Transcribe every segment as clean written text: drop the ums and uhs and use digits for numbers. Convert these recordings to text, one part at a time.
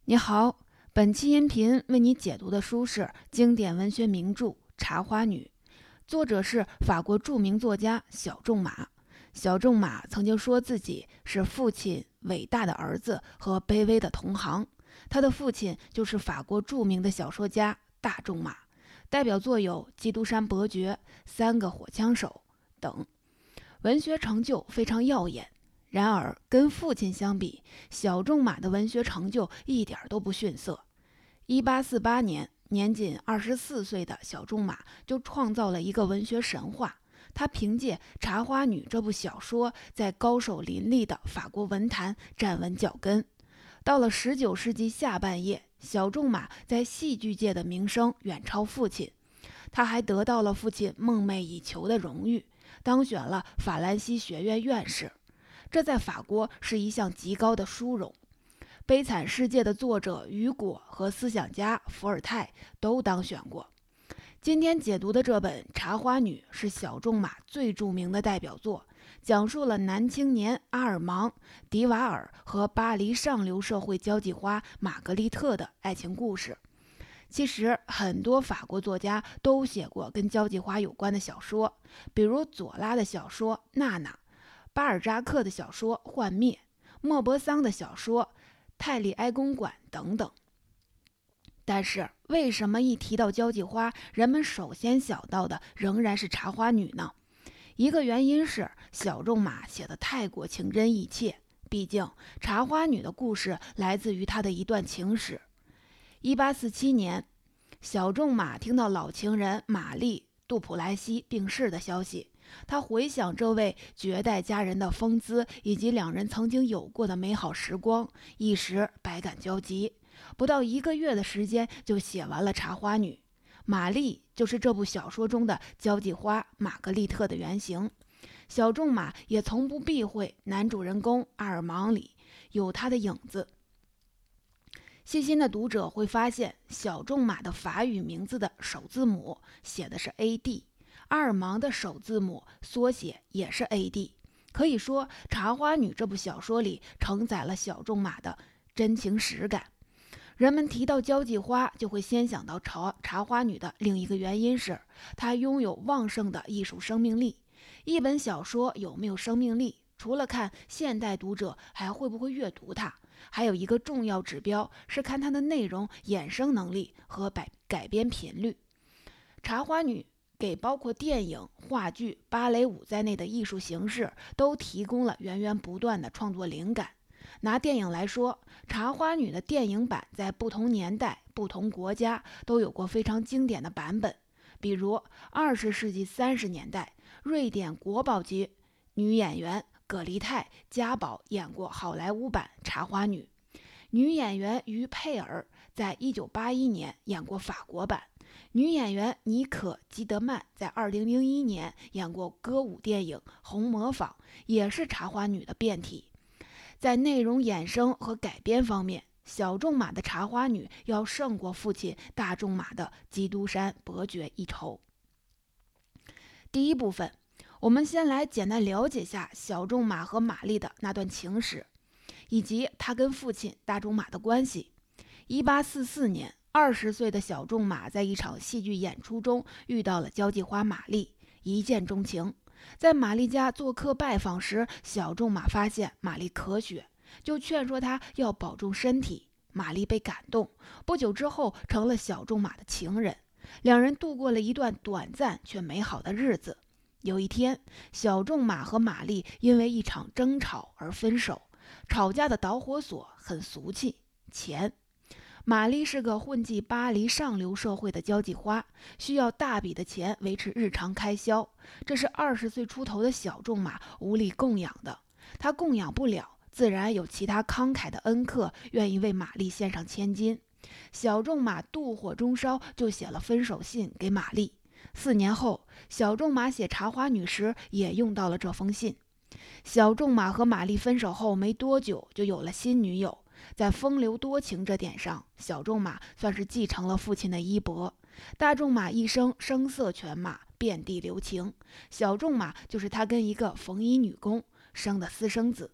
你好，本期音频为你解读的书是经典文学名著《茶花女》，作者是法国著名作家小仲马。小仲马曾经说自己是父亲伟大的儿子和卑微的同行，他的父亲就是法国著名的小说家大仲马，代表作有《基督山伯爵》《三个火枪手》等，文学成就非常耀眼。然而，跟父亲相比，小仲马的文学成就一点都不逊色。1848年，年仅24岁的小仲马就创造了一个文学神话。他凭借《茶花女》这部小说，在高手林立的法国文坛站稳脚跟。到了19世纪下半叶，小仲马在戏剧界的名声远超父亲，他还得到了父亲梦寐以求的荣誉，当选了法兰西学院院士。这在法国是一项极高的殊荣。悲惨世界的作者雨果和思想家伏尔泰都当选过。今天解读的这本《茶花女》是小仲马最著名的代表作，讲述了男青年阿尔芒·迪瓦尔和巴黎上流社会交际花玛格丽特的爱情故事。其实，很多法国作家都写过跟交际花有关的小说，比如左拉的小说《娜娜》，巴尔扎克的小说《幻灭》，莫泊桑的小说《泰利埃公馆》等等。但是，为什么一提到交际花，人们首先想到的仍然是茶花女呢？一个原因是小仲马写的太过情真意切，毕竟茶花女的故事来自于他的一段情史。1847年，小仲马听到老情人玛丽·杜普莱西病逝的消息，他回想这位绝代佳人的风姿以及两人曾经有过的美好时光，一时百感交集。不到1个月的时间就写完了《茶花女》。玛丽就是这部小说中的交际花玛格丽特的原型。小仲马也从不避讳男主人公阿尔芒里有他的影子。细心的读者会发现，小仲马的法语名字的首字母写的是 AD， 阿尔芒的首字母缩写也是 AD。 可以说，《茶花女》这部小说里承载了小仲马的真情实感。人们提到交际花，就会先想到茶花女的另一个原因是，她拥有旺盛的艺术生命力。一本小说有没有生命力，除了看现代读者还会不会阅读它，还有一个重要指标是看它的内容衍生能力和改编频率。茶花女给包括电影、话剧、芭蕾舞在内的艺术形式都提供了源源不断的创作灵感。拿电影来说，《茶花女》的电影版在不同年代、不同国家都有过非常经典的版本。比如20世纪30年代，瑞典国宝级女演员葛丽泰·嘉宝演过好莱坞版《茶花女》，女演员于佩尔在1981年演过法国版，女演员妮可·基德曼在2001年演过歌舞电影《红磨坊》，也是茶花女的变体。在内容衍生和改编方面，小仲马的茶花女要胜过父亲大仲马的基督山伯爵一筹。第一部分，我们先来简单了解下小仲马和玛丽的那段情史，以及他跟父亲大仲马的关系。1844年，20岁的小仲马在一场戏剧演出中遇到了交际花玛丽，一见钟情。在玛丽家做客拜访时，小仲马发现玛丽咳血，就劝说她要保重身体。玛丽被感动，不久之后成了小仲马的情人。两人度过了一段短暂却美好的日子。有一天，小仲马和玛丽因为一场争吵而分手。吵架的导火索很俗气，钱。玛丽是个混迹巴黎上流社会的交际花，需要大笔的钱维持日常开销，这是20岁出头的小仲马无力供养的。他供养不了，自然有其他慷慨的恩客愿意为玛丽献上千金。小仲马妒火中烧，就写了分手信给玛丽。4年后，小仲马写《茶花女》时也用到了这封信。小仲马和玛丽分手后没多久，就有了新女友。在风流多情这点上，小仲马算是继承了父亲的衣钵。大仲马一生声色犬马，遍地留情，小仲马就是他跟一个缝衣女工生的私生子。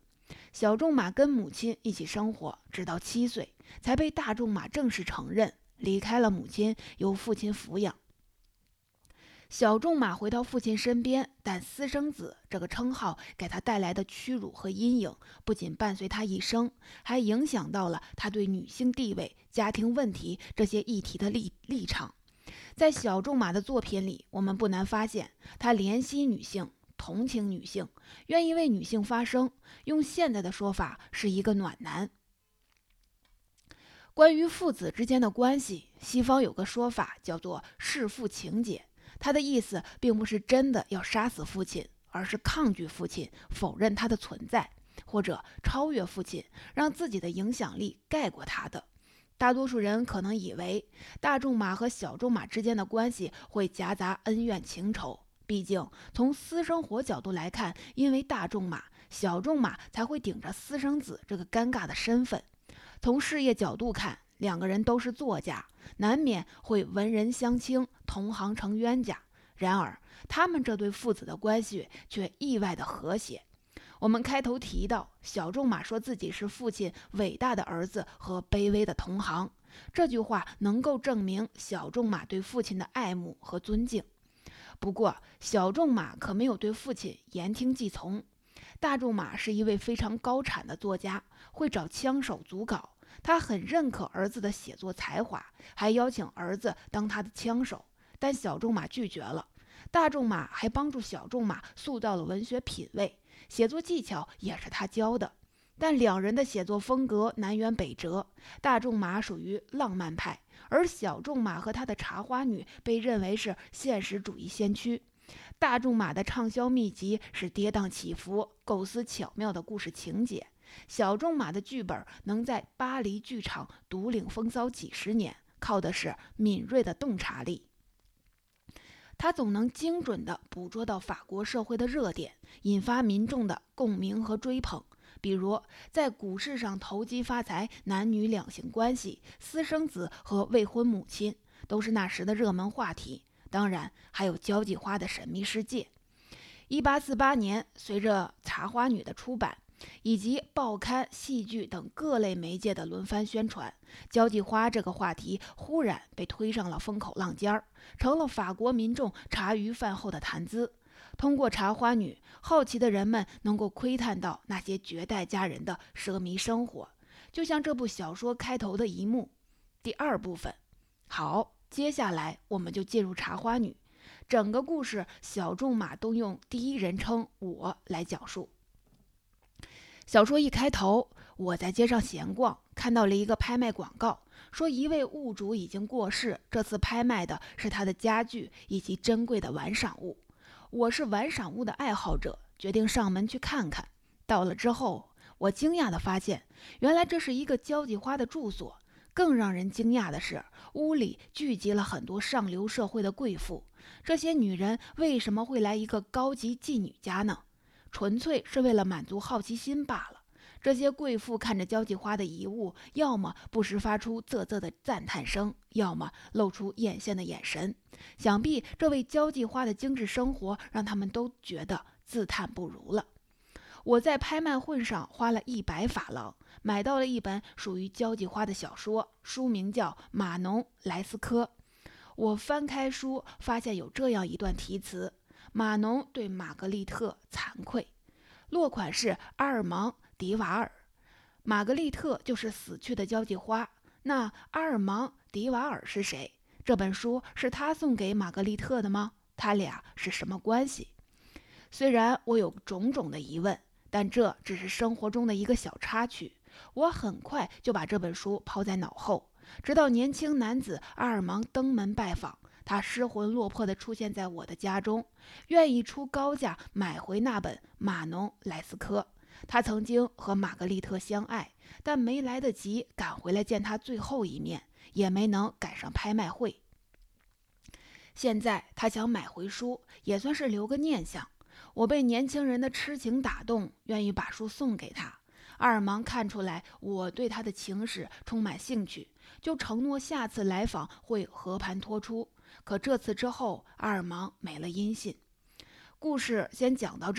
小仲马跟母亲一起生活，直到7岁才被大仲马正式承认，离开了母亲，由父亲抚养。小仲马回到父亲身边，但私生子这个称号给他带来的屈辱和阴影，不仅伴随他一生，还影响到了他对女性地位、家庭问题这些议题的立场。在小仲马的作品里，我们不难发现，他怜惜女性，同情女性，愿意为女性发声，用现在的说法是一个暖男。关于父子之间的关系，西方有个说法叫做弑父情节，他的意思并不是真的要杀死父亲，而是抗拒父亲，否认他的存在，或者超越父亲，让自己的影响力盖过他的。大多数人可能以为大仲马和小仲马之间的关系会夹杂恩怨情仇，毕竟从私生活角度来看，因为大仲马、小仲马才会顶着私生子这个尴尬的身份。从事业角度看，两个人都是作家，难免会文人相轻，同行成冤家。然而，他们这对父子的关系却意外的和谐。我们开头提到，小仲马说自己是父亲伟大的儿子和卑微的同行，这句话能够证明小仲马对父亲的爱慕和尊敬。不过，小仲马可没有对父亲言听计从。大仲马是一位非常高产的作家，会找枪手组稿，他很认可儿子的写作才华，还邀请儿子当他的枪手，但小仲马拒绝了。大仲马还帮助小仲马塑造了文学品味，写作技巧也是他教的。但两人的写作风格南辕北辙，大仲马属于浪漫派，而小仲马和他的茶花女被认为是现实主义先驱。大仲马的畅销秘籍是跌宕起伏、构思巧妙的故事情节，小仲马的剧本能在巴黎剧场独领风骚几十年，靠的是敏锐的洞察力。他总能精准地捕捉到法国社会的热点，引发民众的共鸣和追捧。比如，在股市上投机发财、男女两性关系、私生子和未婚母亲，都是那时的热门话题。当然，还有交际花的神秘世界。1848年，随着《茶花女》的出版，以及报刊、戏剧等各类媒介的轮番宣传，交际花这个话题忽然被推上了风口浪尖儿，成了法国民众茶余饭后的谈资。通过茶花女，好奇的人们能够窥探到那些绝代佳人的奢靡生活，就像这部小说开头的一幕。第二部分，好，接下来我们就进入茶花女。整个故事，小仲马都用第一人称我来讲述。小说一开头，我在街上闲逛，看到了一个拍卖广告，说一位物主已经过世，这次拍卖的是他的家具以及珍贵的玩赏物。我是玩赏物的爱好者，决定上门去看看。到了之后，我惊讶地发现，原来这是一个交际花的住所。更让人惊讶的是，屋里聚集了很多上流社会的贵妇。这些女人为什么会来一个高级妓女家呢？纯粹是为了满足好奇心罢了。这些贵妇看着交际花的遗物，要么不时发出啧啧的赞叹声，要么露出艳羡的眼神。想必这位交际花的精致生活让他们都觉得自叹不如了。我在拍卖会上花了100法郎，买到了一本属于交际花的小说，书名叫《马农·莱斯科》。我翻开书，发现有这样一段题词：马农对玛格丽特惭愧，落款是阿尔芒·迪瓦尔。玛格丽特就是死去的交际花，那阿尔芒·迪瓦尔是谁？这本书是他送给玛格丽特的吗？他俩是什么关系？虽然我有种种的疑问，但这只是生活中的一个小插曲。我很快就把这本书抛在脑后，直到年轻男子阿尔芒登门拜访，他失魂落魄地出现在我的家中，愿意出高价买回那本《马农·莱斯科》。他曾经和玛格丽特相爱，但没来得及赶回来见他最后一面，也没能赶上拍卖会。现在他想买回书，也算是留个念想。我被年轻人的痴情打动，愿意把书送给他。阿尔芒看出来我对他的情史充满兴趣，就承诺下次来访会和盘托出。可这次之后，阿尔芒没了音信。故事先讲到这里，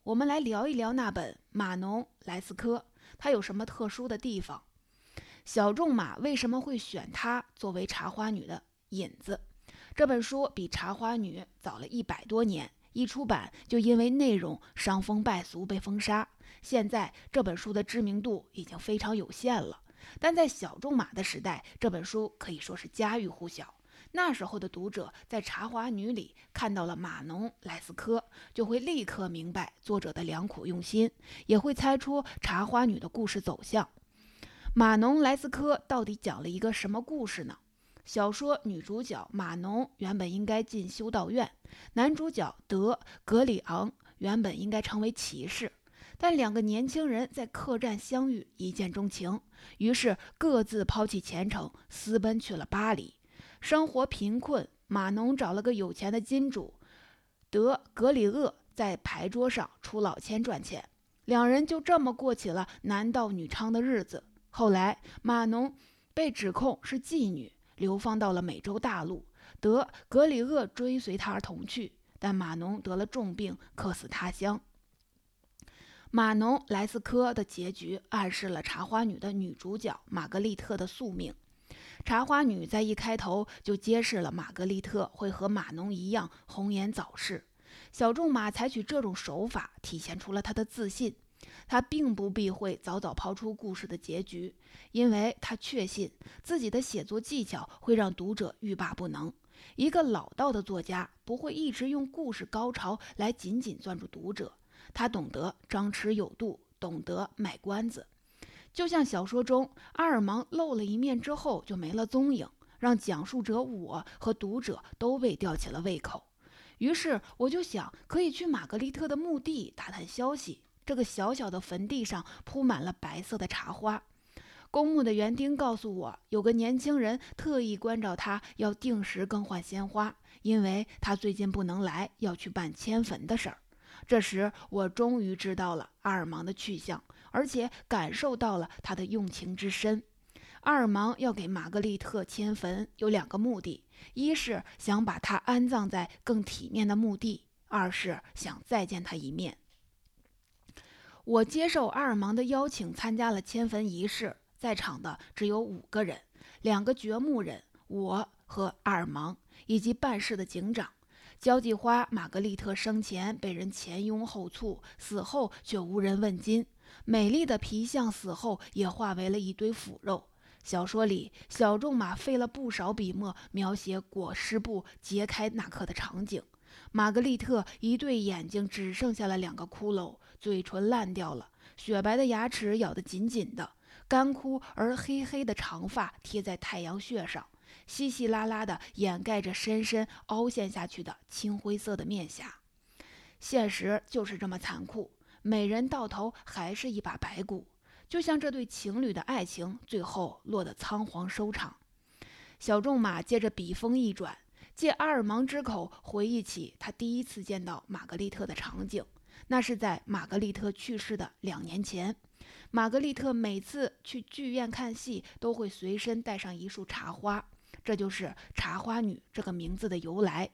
我们来聊一聊那本《马农莱斯科》，它有什么特殊的地方？小仲马为什么会选它作为茶花女的引子？这本书比茶花女早了100多年，一出版就因为内容伤风败俗被封杀。现在这本书的知名度已经非常有限了，但在小仲马的时代，这本书可以说是家喻户晓。那时候的读者在茶花女里看到了马农莱斯科，就会立刻明白作者的良苦用心，也会猜出茶花女的故事走向。马农莱斯科到底讲了一个什么故事呢？小说女主角马农原本应该进修道院，男主角德格里昂原本应该成为骑士，但两个年轻人在客栈相遇，一见钟情，于是各自抛弃前程，私奔去了巴黎。生活贫困，马农找了个有钱的金主德格里厄，在牌桌上出老千赚钱，两人就这么过起了男盗女娼的日子。后来马农被指控是妓女，流放到了美洲大陆，德格里厄追随他而同去，但马农得了重病，客死他乡。马农莱斯科的结局暗示了茶花女的女主角玛格丽特的宿命。茶花女在一开头就揭示了玛格丽特会和马农一样红颜早逝。小仲马采取这种手法，体现出了他的自信。他并不避讳早早抛出故事的结局，因为他确信自己的写作技巧会让读者欲罢不能。一个老道的作家不会一直用故事高潮来紧紧攥住读者，他懂得张弛有度，懂得卖关子。就像小说中阿尔芒露了一面之后就没了踪影，让讲述者我和读者都被吊起了胃口。于是我就想，可以去玛格丽特的墓地打探消息。这个小小的坟地上铺满了白色的茶花。公墓的园丁告诉我，有个年轻人特意关照他要定时更换鲜花，因为他最近不能来，要去办迁坟的事儿。这时我终于知道了阿尔芒的去向，而且感受到了他的用情之深。阿尔芒要给玛格丽特迁坟有2个目的，一是想把她安葬在更体面的墓地，二是想再见她一面。我接受阿尔芒的邀请，参加了迁坟仪式，在场的只有5个人，2个掘墓人，我和阿尔芒，以及办事的警长。交际花玛格丽特生前被人前拥后簇，死后却无人问津。美丽的皮相死后也化为了一堆腐肉。小说里，小仲马费了不少笔墨描写裹尸布揭开那刻的场景。玛格丽特一对眼睛只剩下了2个骷髅，嘴唇烂掉了，雪白的牙齿咬得紧紧的，干枯而黑黑的长发贴在太阳穴上，稀稀拉拉的掩盖着深深凹陷下去的青灰色的面颊。现实就是这么残酷，美人到头还是一把白骨，就像这对情侣的爱情最后落得仓皇收场。小仲马接着笔锋一转，借阿尔芒之口回忆起他第一次见到玛格丽特的场景。那是在玛格丽特去世的2年前。玛格丽特每次去剧院看戏都会随身带上一束茶花，这就是茶花女这个名字的由来。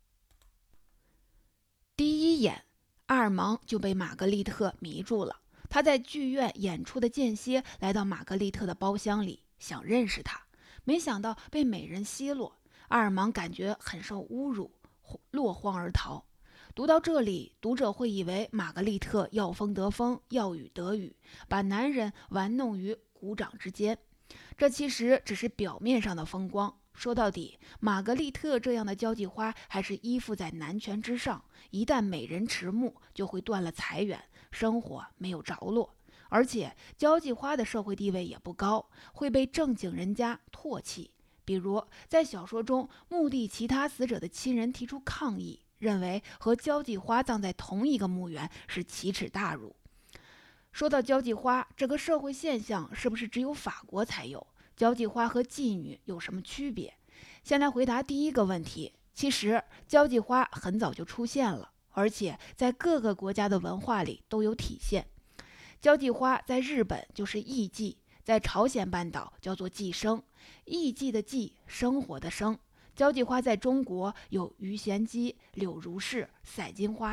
第一眼，阿尔芒就被玛格丽特迷住了。他在剧院演出的间歇来到玛格丽特的包厢里，想认识她，没想到被美人奚落。阿尔芒感觉很受侮辱，落荒而逃。读到这里，读者会以为玛格丽特要风得风，要雨得雨，把男人玩弄于股掌之间。这其实只是表面上的风光。说到底，玛格丽特这样的交际花还是依附在男权之上，一旦美人迟暮，就会断了财源，生活没有着落。而且交际花的社会地位也不高，会被正经人家唾弃。比如在小说中，墓地其他死者的亲人提出抗议，认为和交际花葬在同一个墓园是奇耻大辱。说到交际花这个社会现象，是不是只有法国才有？交际花和妓女有什么区别？先来回答第一个问题。其实交际花很早就出现了，而且在各个国家的文化里都有体现。交际花在日本就是艺妓，在朝鲜半岛叫做妓生，艺妓的妓，生活的生。交际花在中国有鱼涎姬、柳如是、赛金花等。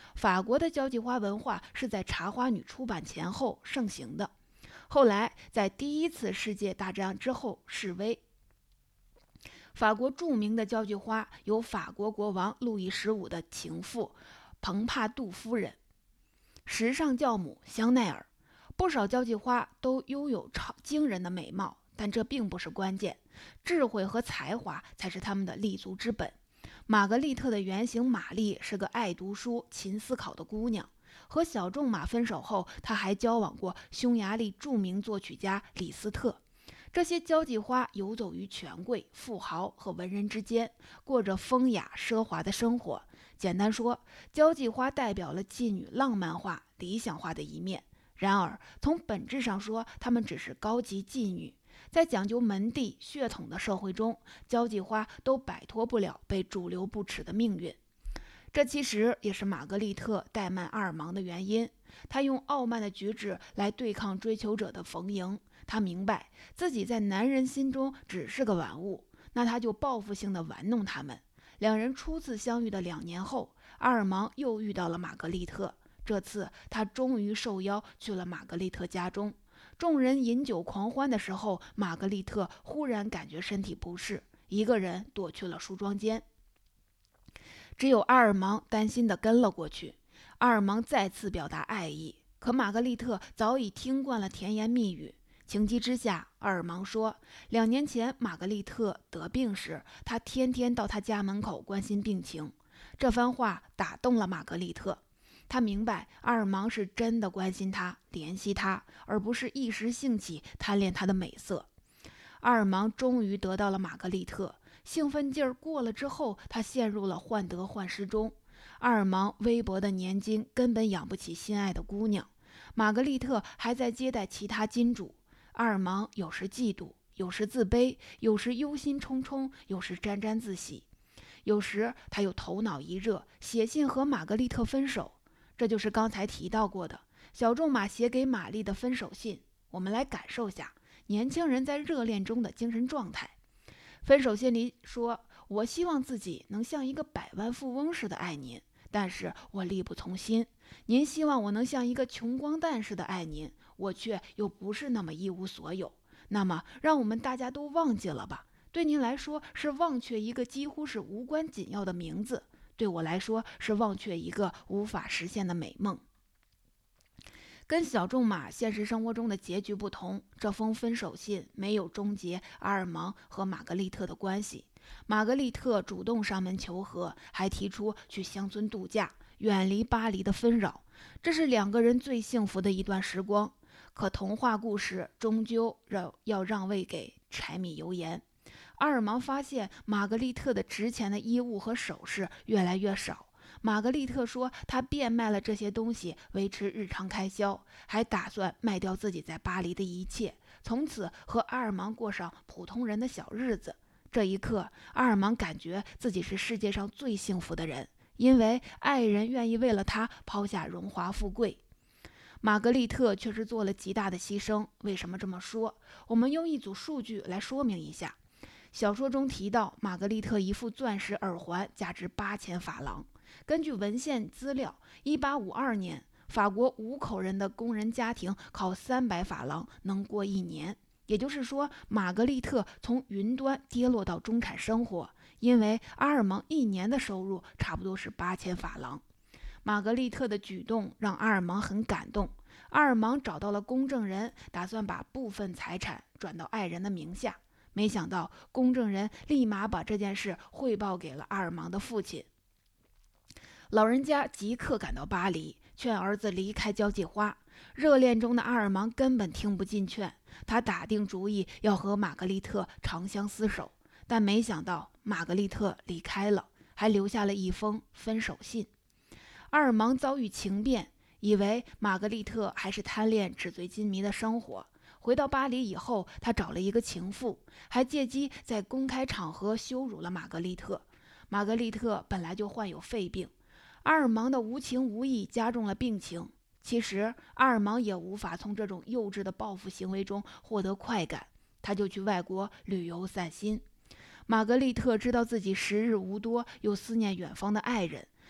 法国的交际花文化是在茶花女出版前后盛行的，后来在第一次世界大战之后式微。法国著名的交际花有法国国王路易15的情妇蓬帕杜夫人、时尚教母香奈儿。不少交际花都拥有惊人的美貌，但这并不是关键，智慧和才华才是他们的立足之本。玛格丽特的原型玛丽是个爱读书、勤思考的姑娘。和小仲马分手后，她还交往过匈牙利著名作曲家李斯特。这些交际花游走于权贵、富豪和文人之间，过着风雅奢华的生活。简单说，交际花代表了妓女浪漫化、理想化的一面。然而，从本质上说，她们只是高级妓女。在讲究门第血统的社会中，交际花都摆脱不了被主流不齿的命运。这其实也是玛格丽特怠慢阿尔芒的原因。她用傲慢的举止来对抗追求者的逢迎。她明白自己在男人心中只是个玩物，那她就报复性地玩弄他们。两人初次相遇的2年后，阿尔芒又遇到了玛格丽特。这次他终于受邀去了玛格丽特家中。众人饮酒狂欢的时候，玛格丽特忽然感觉身体不适，一个人躲去了梳妆间。只有阿尔芒担心地跟了过去。阿尔芒再次表达爱意，可玛格丽特早已听惯了甜言蜜语。情急之下，阿尔芒说，2年前玛格丽特得病时，他天天到她家门口关心病情。这番话打动了玛格丽特。他明白阿尔芒是真的关心他、怜惜他，而不是一时兴起贪恋他的美色。阿尔芒终于得到了玛格丽特，兴奋劲儿过了之后，他陷入了患得患失中。阿尔芒微薄的年金根本养不起心爱的姑娘，玛格丽特还在接待其他金主。阿尔芒有时嫉妒，有时自卑，有时忧心忡忡，有时沾沾自喜。有时他又头脑一热，写信和玛格丽特分手。这就是刚才提到过的小仲马写给玛丽的分手信。我们来感受下年轻人在热恋中的精神状态。分手信里说，我希望自己能像一个百万富翁似的爱您，但是我力不从心。您希望我能像一个穷光蛋似的爱您，我却又不是那么一无所有。那么让我们大家都忘记了吧，对您来说是忘却一个几乎是无关紧要的名字，对我来说是忘却一个无法实现的美梦。跟小仲马现实生活中的结局不同，这封分手信没有终结阿尔芒和玛格丽特的关系。玛格丽特主动上门求和，还提出去乡村度假，远离巴黎的纷扰。这是2个人最幸福的一段时光。可童话故事终究要让位给柴米油盐。阿尔芒发现玛格丽特的值钱的衣物和首饰越来越少。玛格丽特说，她变卖了这些东西维持日常开销，还打算卖掉自己在巴黎的一切，从此和阿尔芒过上普通人的小日子。这一刻，阿尔芒感觉自己是世界上最幸福的人，因为爱人愿意为了他抛下荣华富贵。玛格丽特却是做了极大的牺牲。为什么这么说？我们用一组数据来说明一下。小说中提到，玛格丽特一副钻石耳环价值8000法郎。根据文献资料，1852年，法国5口人的工人家庭靠300法郎能过1年。也就是说，玛格丽特从云端跌落到中产生活，因为阿尔芒1年的收入差不多是8000法郎。玛格丽特的举动让阿尔芒很感动。阿尔芒找到了公证人，打算把部分财产转到爱人的名下。没想到公证人立马把这件事汇报给了阿尔芒的父亲。老人家即刻赶到巴黎，劝儿子离开交际花。热恋中的阿尔芒根本听不进劝，他打定主意要和玛格丽特长相厮守。但没想到玛格丽特离开了，还留下了一封分手信。阿尔芒遭遇情变，以为玛格丽特还是贪恋纸醉金迷的生活。回到巴黎以后，他找了一个情妇，还借机在公开场合羞辱了玛格丽特。玛格丽特本来就患有肺病，阿尔芒的无情无义加重了病情。其实阿尔芒也无法从这种幼稚的报复行为中获得快感，他就去外国旅游散心。玛格丽特知道自己时日无多，又思念远方的爱人，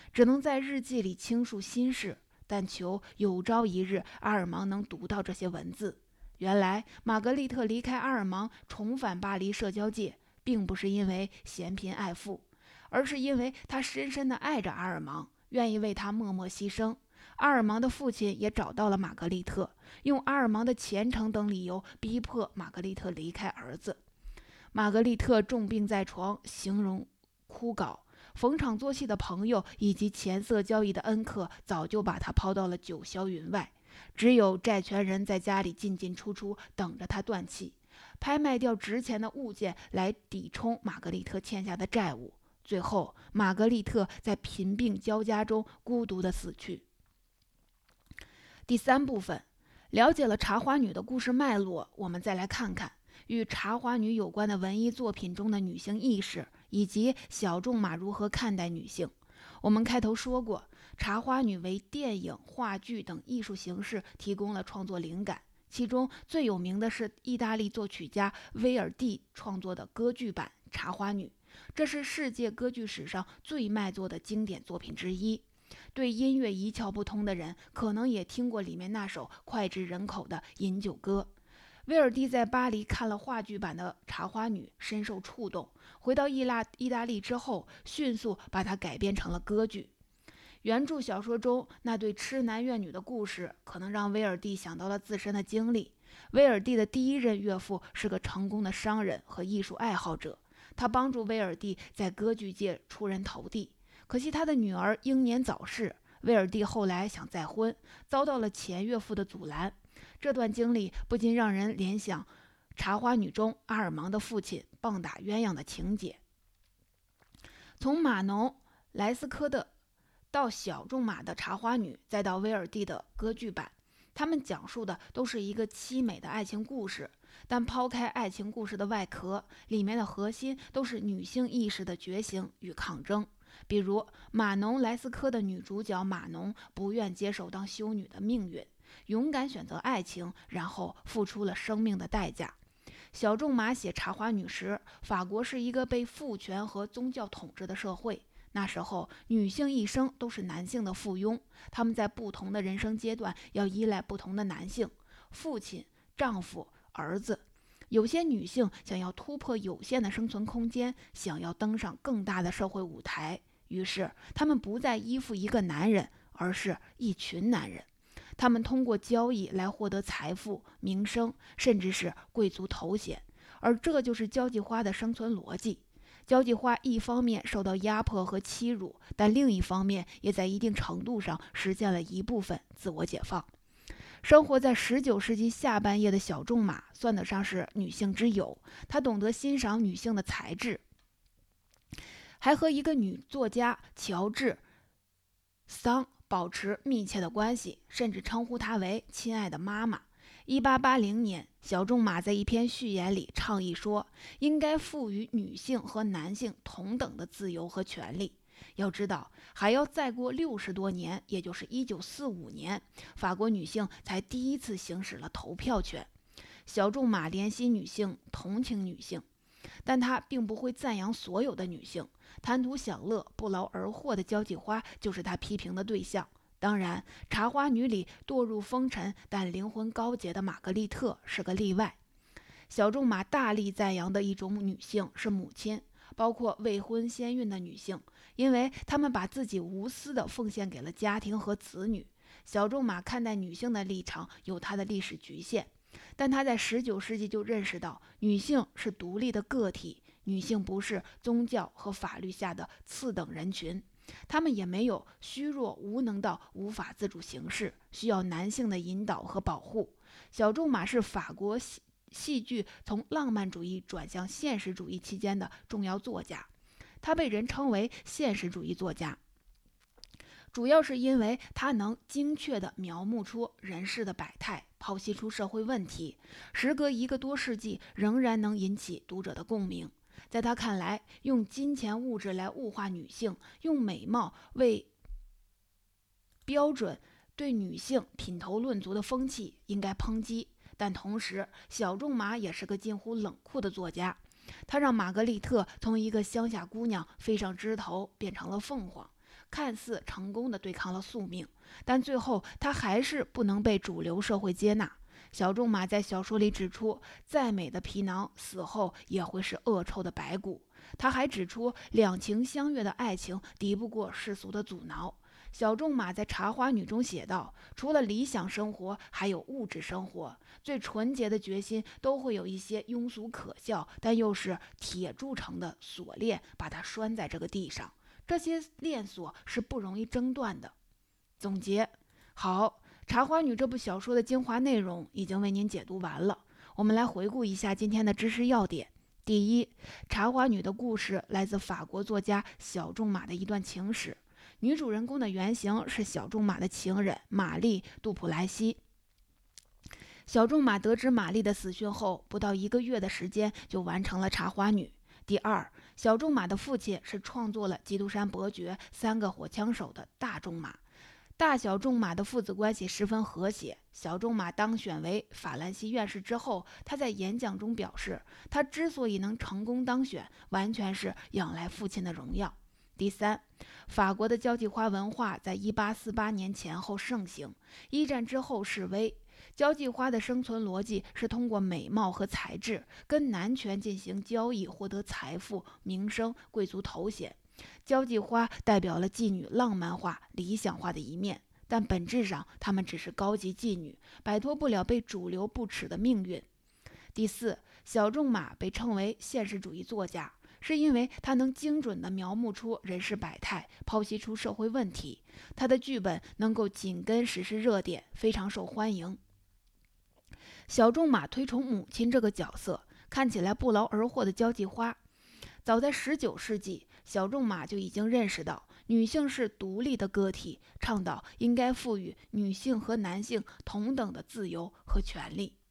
只能在日记里倾诉心事，但求有朝一日阿尔芒能读到这些文字。原来玛格丽特离开阿尔芒，重返巴黎社交界，并不是因为嫌贫爱富，而是因为她深深地爱着阿尔芒，愿意为他默默牺牲。阿尔芒的父亲也找到了玛格丽特，用阿尔芒的虔诚等理由逼迫玛格丽特离开儿子。玛格丽特重病在床，形容枯槁，逢场作戏的朋友以及钱色交易的恩客早就把她抛到了九霄云外，只有债权人在家里进进出出，等着她断气，拍卖掉值钱的物件来抵充玛格丽特欠下的债务。最后，玛格丽特在贫病交加中孤独地死去。第三部分，了解了茶花女的故事脉络，我们再来看看与茶花女有关的文艺作品中的女性意识，以及小仲马如何看待女性。我们开头说过，茶花女为电影、话剧等艺术形式提供了创作灵感，其中最有名的是意大利作曲家威尔第创作的歌剧版《茶花女》，这是世界歌剧史上最卖座的经典作品之一。对音乐一窍不通的人，可能也听过里面那首脍炙人口的饮酒歌。威尔第在巴黎看了话剧版的《茶花女》，深受触动，回到意大利之后，迅速把它改编成了歌剧。原著小说中那对痴男怨女的故事，可能让威尔第想到了自身的经历。威尔第的第一任岳父是个成功的商人和艺术爱好者，他帮助威尔第在歌剧界出人头地。可惜他的女儿英年早逝，威尔第后来想再婚，遭到了前岳父的阻拦。这段经历不禁让人联想《茶花女》中阿尔芒的父亲棒打鸳鸯的情节。从马农、莱斯科的到小仲马的《茶花女》，再到威尔第的歌剧版，他们讲述的都是一个凄美的爱情故事，但抛开爱情故事的外壳，里面的核心都是女性意识的觉醒与抗争。比如马农莱斯科的女主角马农不愿接受当修女的命运，勇敢选择爱情，然后付出了生命的代价。小仲马写茶花女时，法国是一个被父权和宗教统治的社会，那时候女性一生都是男性的附庸，她们在不同的人生阶段要依赖不同的男性，父亲、丈夫、儿子。有些女性想要突破有限的生存空间，想要登上更大的社会舞台，于是她们不再依附一个男人，而是一群男人。她们通过交易来获得财富、名声，甚至是贵族头衔，而这就是交际花的生存逻辑。交际花一方面受到压迫和欺辱，但另一方面也在一定程度上实现了一部分自我解放。生活在19世纪下半叶的小仲马算得上是女性之友，她懂得欣赏女性的才智，还和一个女作家乔治·桑保持密切的关系，甚至称呼她为亲爱的妈妈。1880年，小仲马在一篇序言里倡议说，应该赋予女性和男性同等的自由和权利。要知道，还要再过60多年，也就是1945年，法国女性才第一次行使了投票权。小仲马怜惜女性，同情女性，但他并不会赞扬所有的女性。贪图享乐、不劳而获的交际花就是他批评的对象。当然，茶花女里堕入风尘但灵魂高洁的玛格丽特是个例外。小仲马大力赞扬的一种女性是母亲，包括未婚先孕的女性，因为她们把自己无私地奉献给了家庭和子女。小仲马看待女性的立场有她的历史局限，但他在19世纪就认识到，女性是独立的个体，女性不是宗教和法律下的次等人群，她们也没有虚弱无能到无法自主行事，需要男性的引导和保护。小仲马是法国戏剧从浪漫主义转向现实主义期间的重要作家，他被人称为现实主义作家，主要是因为他能精确地描摹出人世的百态，剖析出社会问题，时隔1个多世纪仍然能引起读者的共鸣。在他看来，用金钱物质来物化女性，用美貌为标准对女性品头论足的风气应该抨击。但同时，小仲马也是个近乎冷酷的作家，他让玛格丽特从一个乡下姑娘飞上枝头变成了凤凰， 看似成功地对抗了宿命，但最后他还是不能被主流社会接纳。小仲马在小说里指出，再美的皮囊死后也会是恶臭的白骨。他还指出，两情相悦的爱情敌不过世俗的阻挠。小仲马在《茶花女》中写道，除了理想生活，还有物质生活。最纯洁的决心都会有一些庸俗可笑，但又是铁铸成的锁链，把它拴在这个地上。这些链锁是不容易挣断的。总结：好，《茶花女》这部小说的精华内容已经为您解读完了。我们来回顾一下今天的知识要点。第一，茶花女的故事来自法国作家小仲马的一段情史。女主人公的原型是小仲马的情人玛丽·杜普莱西。小仲马得知玛丽的死讯后，不到1个月的时间就完成了《茶花女》。第二，小仲马的父亲是创作了《基督山伯爵》3个火枪手的大仲马。大小仲马的父子关系十分和谐。小仲马当选为法兰西院士之后，他在演讲中表示，他之所以能成功当选，完全是仰赖父亲的荣耀。第三，法国的交际花文化在1848年前后盛行，一战之后式微。交际花的生存逻辑是通过美貌和才智跟男权进行交易，获得财富、名声、贵族头衔。交际花代表了妓女浪漫化、理想化的一面，但本质上她们只是高级妓女，摆脱不了被主流不耻的命运。第四，小仲马被称为现实主义作家，是因为他能精准地描摹出人世百态，剖析出社会问题。他的剧本能够紧跟时事热点，非常受欢迎。小仲马推崇母亲这个角色，看起来不劳而获的交际花。早在19世纪，小仲马就已经认识到女性是独立的个体，倡导应该赋予女性和男性同等的自由和权利。